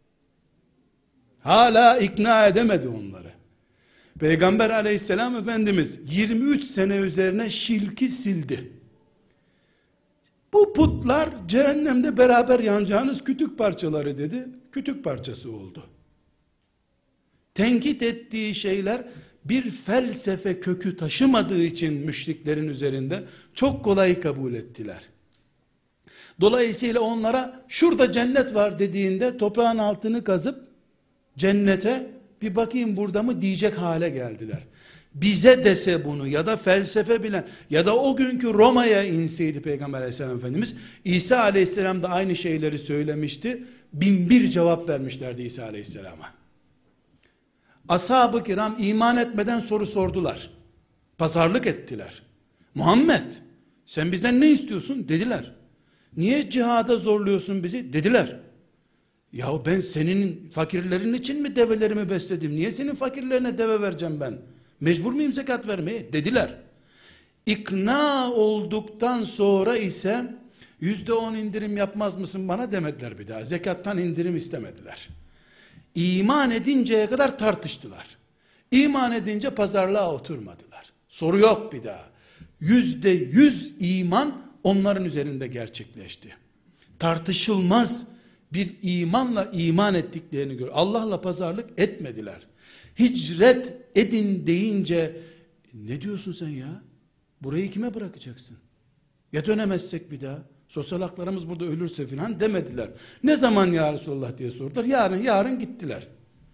Hala ikna edemedi onları. Peygamber aleyhisselam Efendimiz 23 sene üzerine şirki sildi. Bu putlar cehennemde beraber yanacağınız kütük parçaları dedi. Kütük parçası oldu. Tenkit ettiği şeyler bir felsefe kökü taşımadığı için müşriklerin üzerinde çok kolay kabul ettiler. Dolayısıyla onlara şurada cennet var dediğinde toprağın altını kazıp cennete bir bakayım burada mı diyecek hale geldiler. Bize dese bunu ya da felsefe bilen ya da o günkü Roma'ya inseydi Peygamber aleyhisselam Efendimiz, İsa aleyhisselam da aynı şeyleri söylemişti. 1001 cevap vermişlerdi İsa aleyhisselama. Ashab-ı kiram iman etmeden soru sordular. Pazarlık ettiler. Muhammed sen bizden ne istiyorsun dediler. Niye cihada zorluyorsun bizi dediler. Yahu ben senin fakirlerin için mi develerimi besledim? Niye senin fakirlerine deve vereceğim ben? Mecbur muyum zekat vermeye? Dediler. İkna olduktan sonra ise %10 indirim yapmaz mısın bana demediler bir daha. Zekattan indirim istemediler. İman edinceye kadar tartıştılar. İman edince pazarlığa oturmadılar. Soru yok bir daha. %100 iman onların üzerinde gerçekleşti. Tartışılmaz bir imanla iman ettiklerini gör. Allah'la pazarlık etmediler. Hicret edin deyince ne diyorsun sen ya? Burayı kime bırakacaksın? Ya dönemezsek bir daha? Sosyal haklarımız burada ölürse filan demediler. Ne zaman ya Resulullah diye sordular. Yarın gittiler.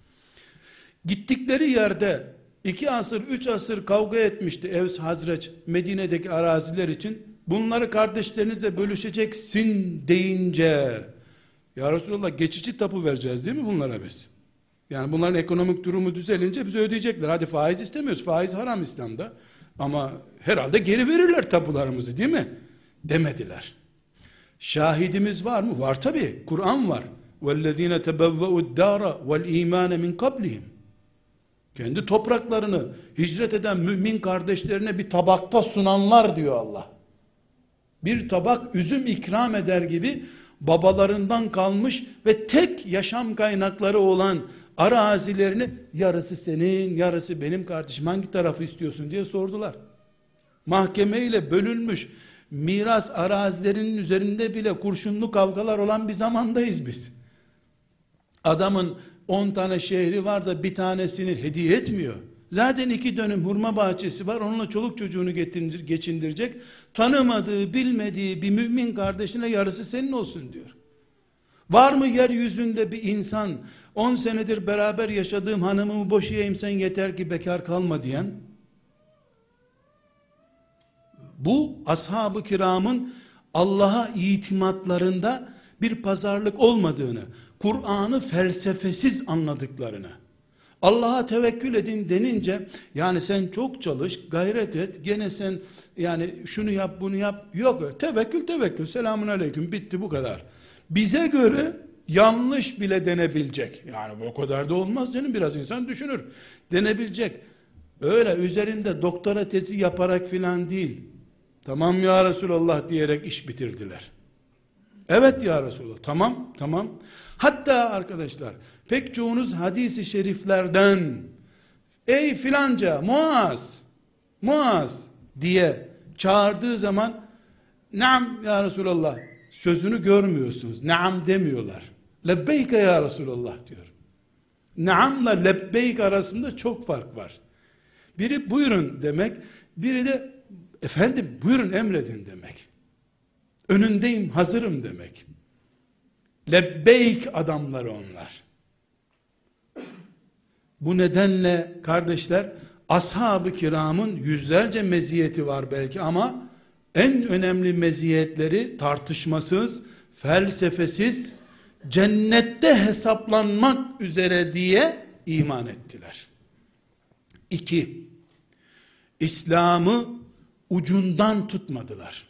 Gittikleri yerde 2 asır 3 asır kavga etmişti Evs Hazreç Medine'deki araziler için. Bunları kardeşlerinizle bölüşeceksin deyince ya Resulullah geçici tapu vereceğiz değil mi bunlara biz? Yani bunların ekonomik durumu düzelince bize ödeyecekler. Hadi faiz istemiyoruz. Faiz haram İslam'da. Ama herhalde geri verirler tapularımızı değil mi? Demediler. Şahidimiz var mı? Var tabi. Kur'an var. وَالَّذ۪ينَ تَبَوَّؤُ الدَّارَ وَالْا۪يمَانَ مِنْ قَبْلِهِمْ Kendi topraklarını hicret eden mümin kardeşlerine bir tabakta sunanlar diyor Allah. Bir tabak üzüm ikram eder gibi babalarından kalmış ve tek yaşam kaynakları olan arazilerini yarısı senin, yarısı benim kardeşim hangi tarafı istiyorsun diye sordular. mahkemeyle bölünmüş miras arazilerinin üzerinde bile kurşunlu kavgalar olan bir zamandayız biz. Adamın 10 tane şehri var da bir tanesini hediye etmiyor. Zaten 2 dönüm hurma bahçesi var, onunla çoluk çocuğunu geçindirecek. Tanımadığı, bilmediği bir mümin kardeşine yarısı senin olsun diyor. Var mı yeryüzünde bir insan 10 senedir beraber yaşadığım hanımımı boşayayım sen yeter ki bekar kalma diyen? Bu ashab-ı kiramın Allah'a itimatlarında bir pazarlık olmadığını, Kur'an'ı felsefesiz anladıklarını, Allah'a tevekkül edin denince, yani sen çok çalış, gayret et, gene sen yani şunu yap, bunu yap, yok, tevekkül, selamun aleyküm, bitti, bu kadar. Bize göre yanlış bile denebilecek, yani bu kadar da olmaz canım, biraz insan düşünür, denebilecek, öyle üzerinde doktora tezi yaparak filan değil, tamam ya Resulallah diyerek iş bitirdiler. Evet ya Resulallah, tamam. Hatta arkadaşlar, pek çoğunuz hadis-i şeriflerden ey filanca Muaz diye çağırdığı zaman naam ya Resulallah sözünü görmüyorsunuz. Naam demiyorlar. Lebbeyke ya Resulallah diyor. Naamla lebbeyk arasında çok fark var. Biri buyurun demek, biri de efendim buyurun emredin demek. Önündeyim, hazırım demek. Lebbeyk adamları onlar. Bu nedenle kardeşler, ashab-ı kiramın yüzlerce meziyeti var belki ama en önemli meziyetleri tartışmasız, felsefesiz, cennette hesaplanmak üzere diye iman ettiler. 2. İslam'ı ucundan tutmadılar.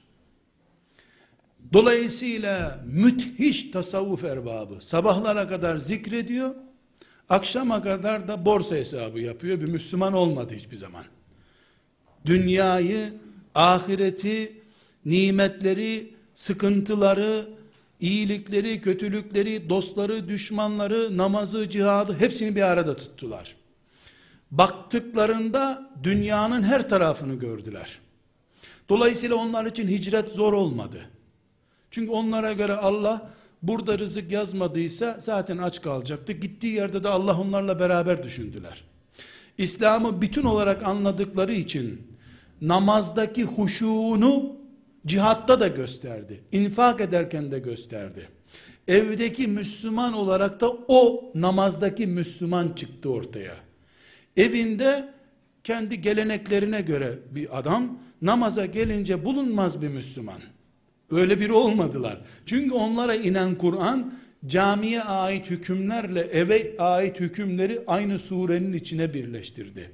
Dolayısıyla müthiş tasavvuf erbabı sabahlara kadar zikrediyor, akşama kadar da borsa hesabı yapıyor. Bir Müslüman olmadı hiçbir zaman. Dünyayı, ahireti, nimetleri, sıkıntıları, iyilikleri, kötülükleri, dostları, düşmanları, namazı, cihadı hepsini bir arada tuttular. Baktıklarında dünyanın her tarafını gördüler. Dolayısıyla onlar için hicret zor olmadı. Çünkü onlara göre Allah burada rızık yazmadıysa zaten aç kalacaktı. Gittiği yerde de Allah onlarla beraber düşündüler. İslam'ı bütün olarak anladıkları için namazdaki huşuğunu cihatta da gösterdi. İnfak ederken de gösterdi. Evdeki Müslüman olarak da o namazdaki Müslüman çıktı ortaya. Evinde kendi geleneklerine göre bir adam, namaza gelince bulunmaz bir Müslüman. Öyle biri olmadılar. Çünkü onlara inen Kur'an, camiye ait hükümlerle eve ait hükümleri aynı surenin içine birleştirdi.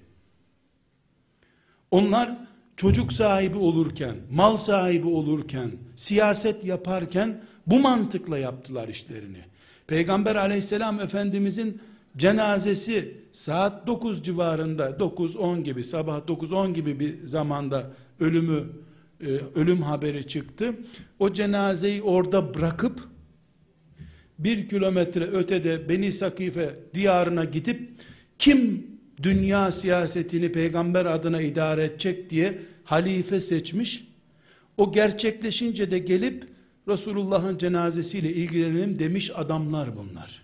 Onlar çocuk sahibi olurken, mal sahibi olurken, siyaset yaparken bu mantıkla yaptılar işlerini. Peygamber aleyhisselam efendimizin cenazesi saat 9 civarında, 9-10 gibi, sabah 9-10 gibi bir zamanda ölüm haberi çıktı. O cenazeyi orada bırakıp 1 kilometre ötede Beni Sakife diyarına gidip kim dünya siyasetini peygamber adına idare edecek diye halife seçmiş. O gerçekleşince de gelip Resulullah'ın cenazesiyle ilgilenelim demiş adamlar bunlar.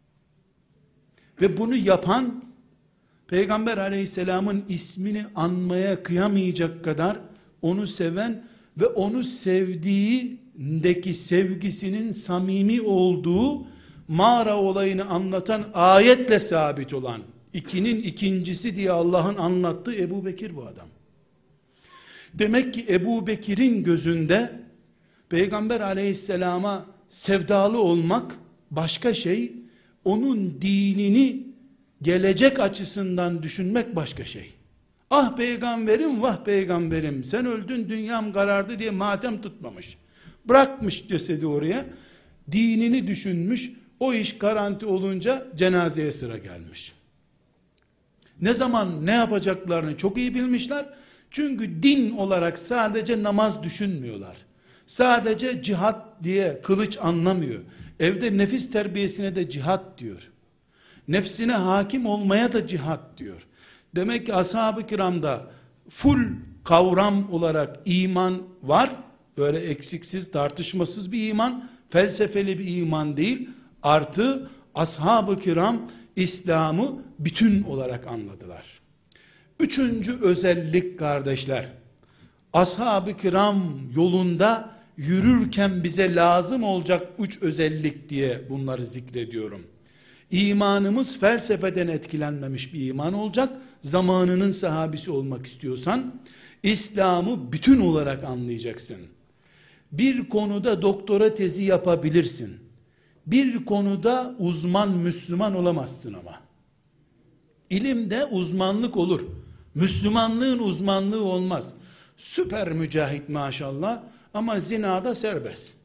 Ve bunu yapan Peygamber aleyhisselamın ismini anmaya kıyamayacak kadar onu seven ve onu sevdiğindeki sevgisinin samimi olduğu mağara olayını anlatan ayetle sabit olan 2'nin ikincisi diye Allah'ın anlattığı Ebu Bekir bu adam. Demek ki Ebu Bekir'in gözünde Peygamber aleyhisselama sevdalı olmak başka şey, onun dinini gelecek açısından düşünmek başka şey. Ah peygamberim, vah peygamberim, sen öldün dünyam karardı diye matem tutmamış. Bırakmış cesedi oraya, dinini düşünmüş, o iş garanti olunca cenazeye sıra gelmiş. Ne zaman ne yapacaklarını çok iyi bilmişler. Çünkü din olarak sadece namaz düşünmüyorlar. Sadece cihat diye kılıç anlamıyor. Evde nefis terbiyesine de cihat diyor. Nefsine hakim olmaya da cihat diyor. Demek ki ashab-ı kiramda full kavram olarak iman var. Böyle eksiksiz, tartışmasız bir iman, felsefeli bir iman değil. Artı ashab-ı kiram İslam'ı bütün olarak anladılar. Üçüncü özellik kardeşler, ashab-ı kiram yolunda yürürken bize lazım olacak üç özellik diye bunları zikrediyorum. İmanımız felsefeden etkilenmemiş bir iman olacak. Zamanının sahabisi olmak istiyorsan, İslam'ı bütün olarak anlayacaksın. Bir konuda doktora tezi yapabilirsin. Bir konuda uzman Müslüman olamazsın ama. İlimde uzmanlık olur. Müslümanlığın uzmanlığı olmaz. Süper mücahit maşallah ama zinada serbest.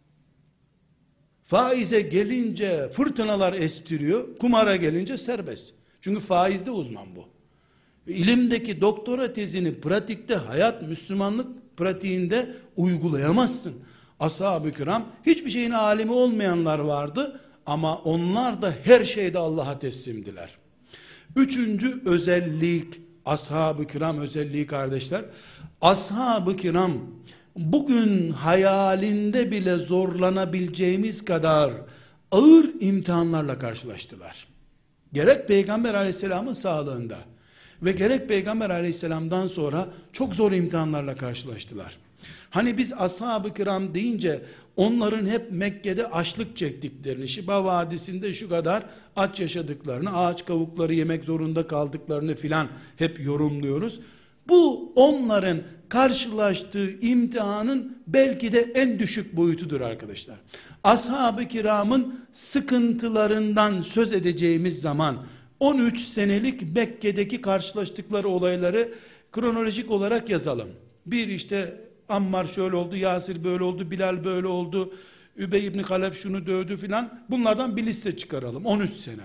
Faize gelince fırtınalar estiriyor, kumara gelince serbest. Çünkü faizde uzman bu. İlimdeki doktora tezini pratikte, hayat Müslümanlık pratiğinde uygulayamazsın. Ashab-ı kiram hiçbir şeyin alimi olmayanlar vardı ama onlar da her şeyde Allah'a teslimdiler. Üçüncü özellik, ashab-ı kiram özelliği kardeşler, ashab-ı kiram bugün hayalinde bile zorlanabileceğimiz kadar ağır imtihanlarla karşılaştılar. Gerek Peygamber aleyhisselamın sağlığında ve gerek Peygamber aleyhisselamdan sonra çok zor imtihanlarla karşılaştılar. Hani biz ashab-ı kiram deyince onların hep Mekke'de açlık çektiklerini, Şiba Vadisi'nde şu kadar aç yaşadıklarını, ağaç kavukları yemek zorunda kaldıklarını filan hep yorumluyoruz. Bu onların karşılaştığı imtihanın belki de en düşük boyutudur arkadaşlar. Ashab-ı kiramın sıkıntılarından söz edeceğimiz zaman 13 senelik Mekke'deki karşılaştıkları olayları kronolojik olarak yazalım. Bir işte Ammar şöyle oldu, Yasir böyle oldu, Bilal böyle oldu, Übey ibn Halef şunu dövdü filan. Bunlardan bir liste çıkaralım. 13 sene.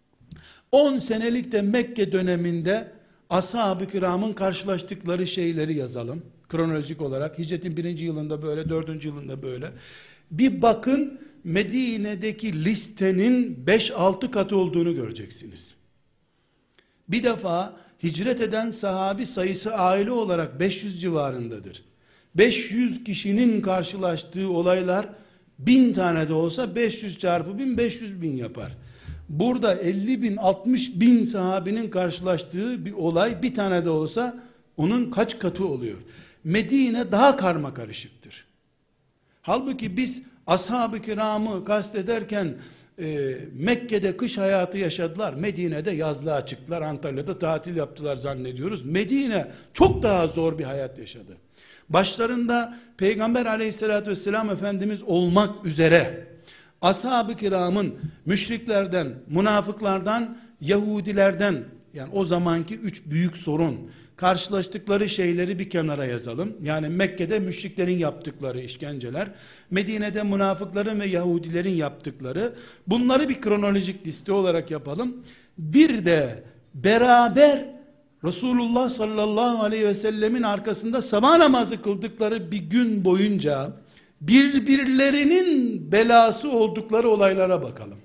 10 senelik de Mekke döneminde ashab-ı kiramın karşılaştıkları şeyleri yazalım. Kronolojik olarak. Hicretin 1. yılında böyle, 4. yılında böyle. Bir bakın Medine'deki listenin 5-6 katı olduğunu göreceksiniz. Bir defa hicret eden sahabi sayısı aile olarak 500 civarındadır. 500 kişinin karşılaştığı olaylar 1000 tane de olsa 500 çarpı 1000 500 bin yapar. Burada 50 bin 60 bin sahabinin karşılaştığı bir olay bir tane de olsa onun kaç katı oluyor? Medine daha karma karışıktır. Halbuki biz ashab-ı kiramı kastederken Mekke'de kış hayatı yaşadılar, Medine'de yazlığa çıktılar, Antalya'da tatil yaptılar zannediyoruz. Medine çok daha zor bir hayat yaşadı. Başlarında Peygamber aleyhissalatü vesselam Efendimiz olmak üzere ashab-ı kiramın müşriklerden, münafıklardan, Yahudilerden, yani o zamanki üç büyük sorun, karşılaştıkları şeyleri bir kenara yazalım. Yani Mekke'de müşriklerin yaptıkları işkenceler, Medine'de münafıkların ve Yahudilerin yaptıkları, bunları bir kronolojik liste olarak yapalım. Bir de beraber Resulullah sallallahu aleyhi ve sellemin arkasında sabah namazı kıldıkları bir gün boyunca birbirlerinin belası oldukları olaylara bakalım.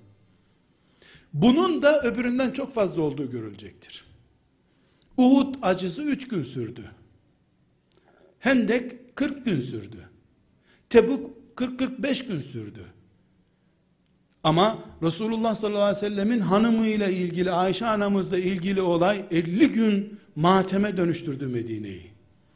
Bunun da öbüründen çok fazla olduğu görülecektir. Uhud acısı 3 gün sürdü. Hendek 40 gün sürdü. Tebuk 40-45 gün sürdü. Ama Resulullah sallallahu aleyhi ve sellemin hanımıyla ilgili, Ayşe anamızla ilgili olay 50 gün mateme dönüştürdü Medine'yi.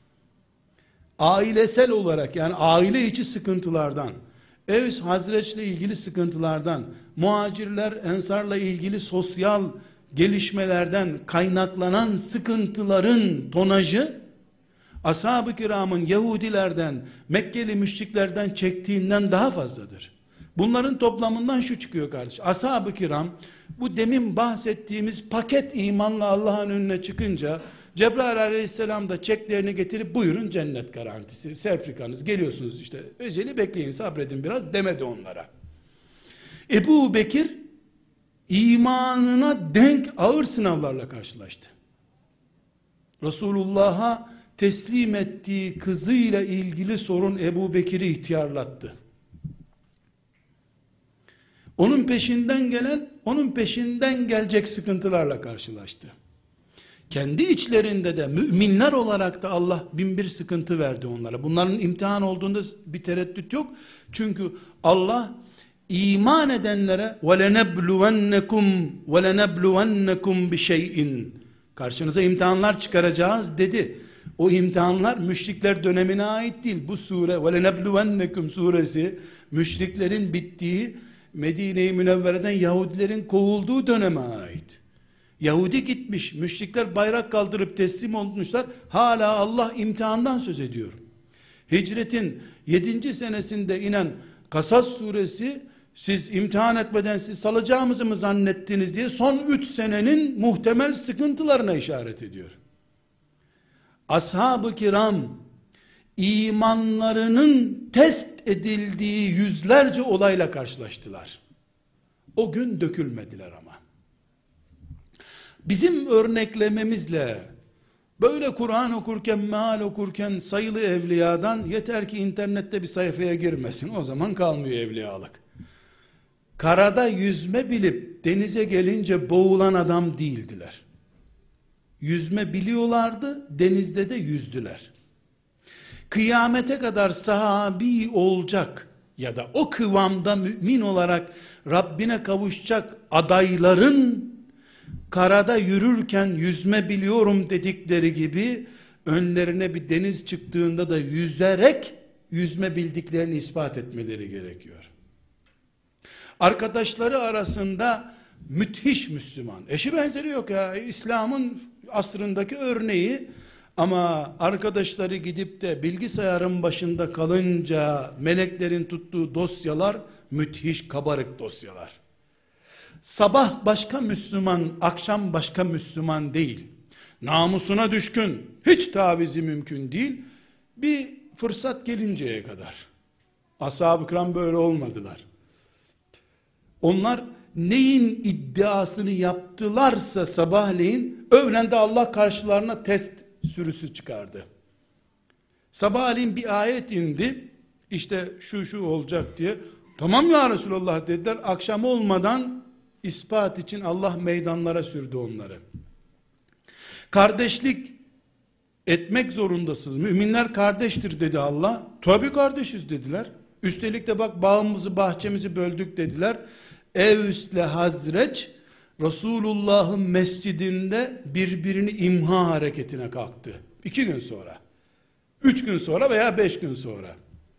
Ailesel olarak, yani aile içi sıkıntılardan, Evs Hazreç'le ilgili sıkıntılardan, muhacirler Ensar'la ilgili sosyal gelişmelerden kaynaklanan sıkıntıların tonajı ashab-ı kiramın Yahudilerden, Mekkeli müşriklerden çektiğinden daha fazladır. Bunların toplamından şu çıkıyor kardeş. Ashab-ı kiram bu demin bahsettiğimiz paket imanla Allah'ın önüne çıkınca Cebrail aleyhisselam da çeklerini getirip buyurun cennet garantisi, sertifikanız, geliyorsunuz işte, eceli bekleyin, sabredin biraz demedi onlara. Ebu Bekir imanına denk ağır sınavlarla karşılaştı. Resulullah'a teslim ettiği kızıyla ilgili sorun Ebu Bekir'i ihtiyarlattı. Onun peşinden gelecek sıkıntılarla karşılaştı. Kendi içlerinde de müminler olarak da Allah bin bir sıkıntı verdi onlara. Bunların imtihan olduğunda bir tereddüt yok. Çünkü Allah iman edenlere وَلَنَبْلُوَنَّكُمْ بِشَيْءٍ karşınıza imtihanlar çıkaracağız dedi. O imtihanlar müşrikler dönemine ait değil. Bu sure وَلَنَبْلُوَنَّكُمْ suresi müşriklerin bittiği, Medine-i Münevvere'den Yahudilerin kovulduğu döneme ait. Yahudi gitmiş, müşrikler bayrak kaldırıp teslim olmuşlar. Hala Allah imtihandan söz ediyor. Hicretin 7. senesinde inen Kasas suresi, siz imtihan etmeden siz salacağımızı mı zannettiniz diye son 3 senenin muhtemel sıkıntılarına işaret ediyor. Ashab-ı kiram imanlarının test edildiği yüzlerce olayla karşılaştılar. O gün dökülmediler ama. Bizim örneklememizle böyle Kur'an okurken, meal okurken sayılı evliyadan, yeter ki internette bir sayfaya girmesin, o zaman kalmıyor evliyalık. Karada yüzme bilip denize gelince boğulan adam değildiler. Yüzme biliyorlardı, denizde de yüzdüler. Kıyamete kadar sahabi olacak ya da o kıvamda mümin olarak Rabbine kavuşacak adayların karada yürürken yüzme biliyorum dedikleri gibi önlerine bir deniz çıktığında da yüzerek yüzme bildiklerini ispat etmeleri gerekiyor. Arkadaşları arasında müthiş Müslüman, eşi benzeri yok ya, İslam'ın asrındaki örneği, ama arkadaşları gidip de bilgisayarın başında kalınca meleklerin tuttuğu dosyalar müthiş kabarık dosyalar. Sabah başka Müslüman, akşam başka Müslüman değil. Namusuna düşkün, hiç tavizi mümkün değil. Bir fırsat gelinceye kadar. Ashab-ı kiram böyle olmadılar. Onlar neyin iddiasını yaptılarsa sabahleyin, öğlen de Allah karşılarına test sürüsü çıkardı. Sabahleyin bir ayet indi, işte şu olacak diye. Tamam ya Resulallah dediler. Akşam olmadan ispat için Allah meydanlara sürdü onları. Kardeşlik etmek zorundasınız. Müminler kardeştir dedi Allah. Tabii kardeşiz dediler. Üstelik de bak bağımızı bahçemizi böldük dediler. Evs'le Hazreç Resulullah'ın mescidinde birbirini imha hareketine kalktı. 2 gün sonra. 3 gün sonra veya 5 gün sonra.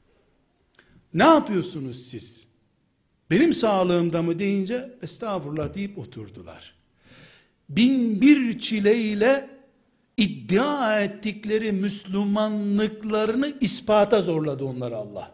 Ne yapıyorsunuz siz? Benim sağlığımda mı deyince estağfurullah deyip oturdular. 1001 çileyle iddia ettikleri Müslümanlıklarını ispata zorladı onları Allah.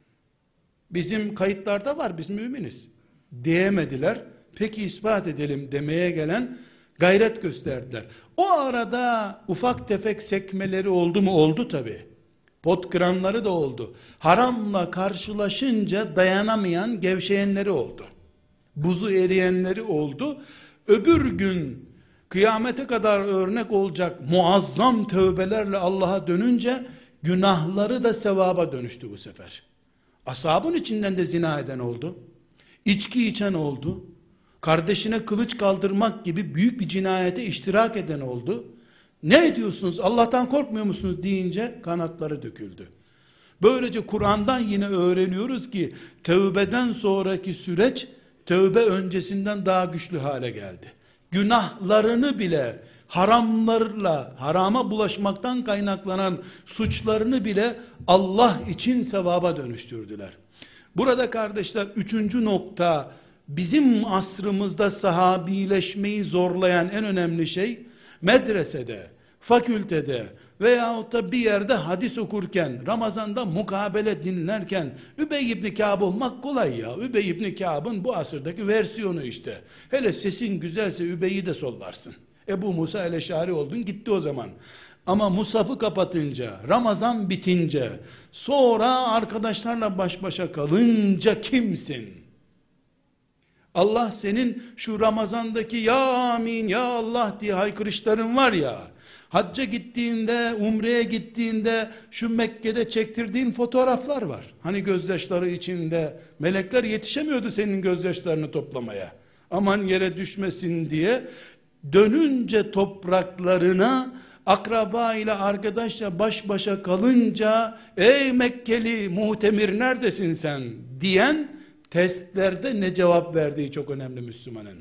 Bizim kayıtlarda var, biz müminiz diyemediler. Peki ispat edelim demeye gelen gayret gösterdiler. O arada ufak tefek sekmeleri oldu mu? Oldu tabi. Pot kıranları da oldu. Haramla karşılaşınca dayanamayan gevşeyenleri oldu. Buzu eriyenleri oldu. Öbür gün kıyamete kadar örnek olacak muazzam tövbelerle Allah'a dönünce günahları da sevaba dönüştü bu sefer. Ashabın içinden de zina eden oldu. İçki içen oldu. Kardeşine kılıç kaldırmak gibi büyük bir cinayete iştirak eden oldu. Ne ediyorsunuz? Allah'tan korkmuyor musunuz deyince kanatları döküldü. Böylece Kur'an'dan yine öğreniyoruz ki tövbeden sonraki süreç tövbe öncesinden daha güçlü hale geldi. Günahlarını bile haramlarla, harama bulaşmaktan kaynaklanan suçlarını bile Allah için sevaba dönüştürdüler. Burada kardeşler 3. nokta, bizim asrımızda sahabileşmeyi zorlayan en önemli şey, medresede, fakültede veyahut da bir yerde hadis okurken, Ramazan'da mukabele dinlerken, Übey ibn Kâb olmak kolay ya. Übey ibn Kâb'ın bu asırdaki versiyonu işte. Hele sesin güzelse Übey'i de sollarsın. Ebu Musa el-Eşari oldun gitti o zaman. Ama Musaf'ı kapatınca, Ramazan bitince, sonra arkadaşlarla baş başa kalınca kimsin? Allah senin şu Ramazandaki ya amin ya Allah diye haykırışların var ya, hacca gittiğinde, umreye gittiğinde şu Mekke'de çektirdiğin fotoğraflar var. Hani gözyaşları içinde melekler yetişemiyordu senin gözyaşlarını toplamaya. Aman yere düşmesin diye dönünce topraklarına, akraba ile arkadaşla baş başa kalınca ey Mekkeli muhtemir neredesin sen diyen testlerde ne cevap verdiği çok önemli Müslümanın.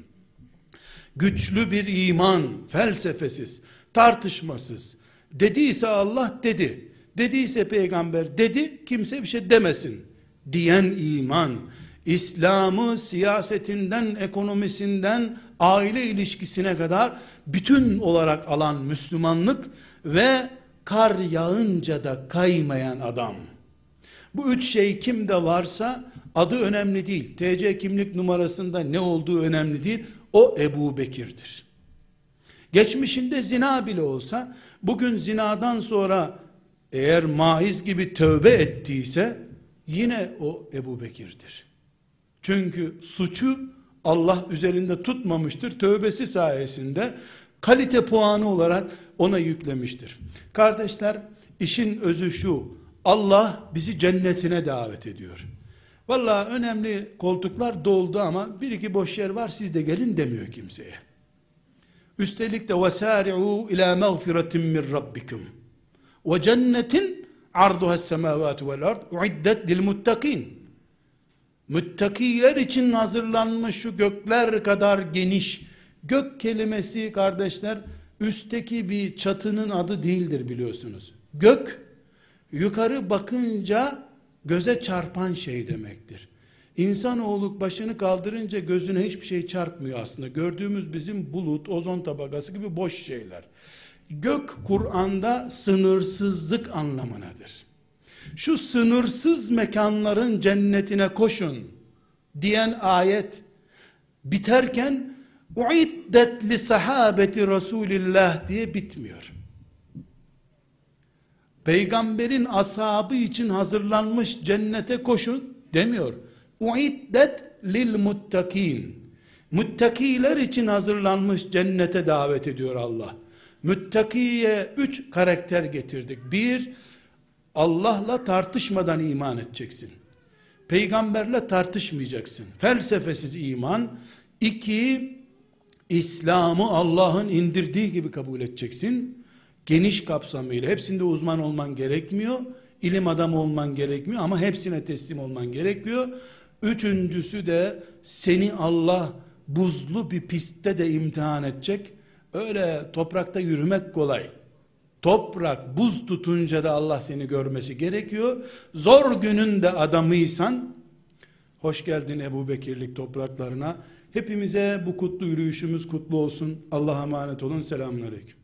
Güçlü bir iman, felsefesiz, tartışmasız. Dediyse Allah dedi, dediyse peygamber dedi, kimse bir şey demesin diyen iman, İslam'ı siyasetinden, ekonomisinden, aile ilişkisine kadar bütün olarak alan Müslümanlık ve kar yağınca da kaymayan adam. Bu üç şey kimde varsa adı önemli değil. TC kimlik numarasında ne olduğu önemli değil. O Ebu Bekir'dir. Geçmişinde zina bile olsa, bugün zinadan sonra eğer Maiz gibi tövbe ettiyse, yine o Ebu Bekir'dir. Çünkü suçu Allah üzerinde tutmamıştır. Tövbesi sayesinde kalite puanı olarak ona yüklemiştir. Kardeşler, işin özü şu: Allah bizi cennetine davet ediyor. Vallahi önemli koltuklar doldu ama bir iki boş yer var, siz de gelin demiyor kimseye. Üstelik de وَسَارِعُوا اِلَى مَغْفِرَةٍ مِّنْ رَبِّكُمْ وَجَنَّةٍ عَرْضُهَا السَّمَاوَاتُ وَالْاَرْضُ اُعِدَّتْ لِلْمُتَّقِينَ. Müttakiler için hazırlanmış şu gökler kadar geniş. Gök kelimesi kardeşler, üstteki bir çatının adı değildir biliyorsunuz. Gök, yukarı bakınca göze çarpan şey demektir. İnsanoğlu başını kaldırınca gözüne hiçbir şey çarpmıyor aslında. Gördüğümüz bizim bulut, ozon tabakası gibi boş şeyler. Gök, Kur'an'da sınırsızlık anlamındadır. Şu sınırsız mekanların cennetine koşun diyen ayet biterken uiddet li sahabeti Resulillah diye bitmiyor. Peygamberin ashabı için hazırlanmış cennete koşun demiyor. Uiddet lil muttakin. Muttakiler için hazırlanmış cennete davet ediyor Allah. Muttakiye 3 karakter getirdik. 1, Allah'la tartışmadan iman edeceksin. Peygamberle tartışmayacaksın. Felsefesiz iman. 2, İslam'ı Allah'ın indirdiği gibi kabul edeceksin. Geniş kapsamıyla. Hepsinde uzman olman gerekmiyor. İlim adamı olman gerekmiyor ama hepsine teslim olman gerekiyor. Üçüncüsü de seni Allah buzlu bir pistte de imtihan edecek. Öyle toprakta yürümek kolay. Toprak buz tutunca da Allah seni görmesi gerekiyor. Zor günün de adamıysan, hoş geldin Ebu Bekirlik topraklarına. Hepimize bu kutlu yürüyüşümüz kutlu olsun. Allah'a emanet olun. Selamünaleyküm.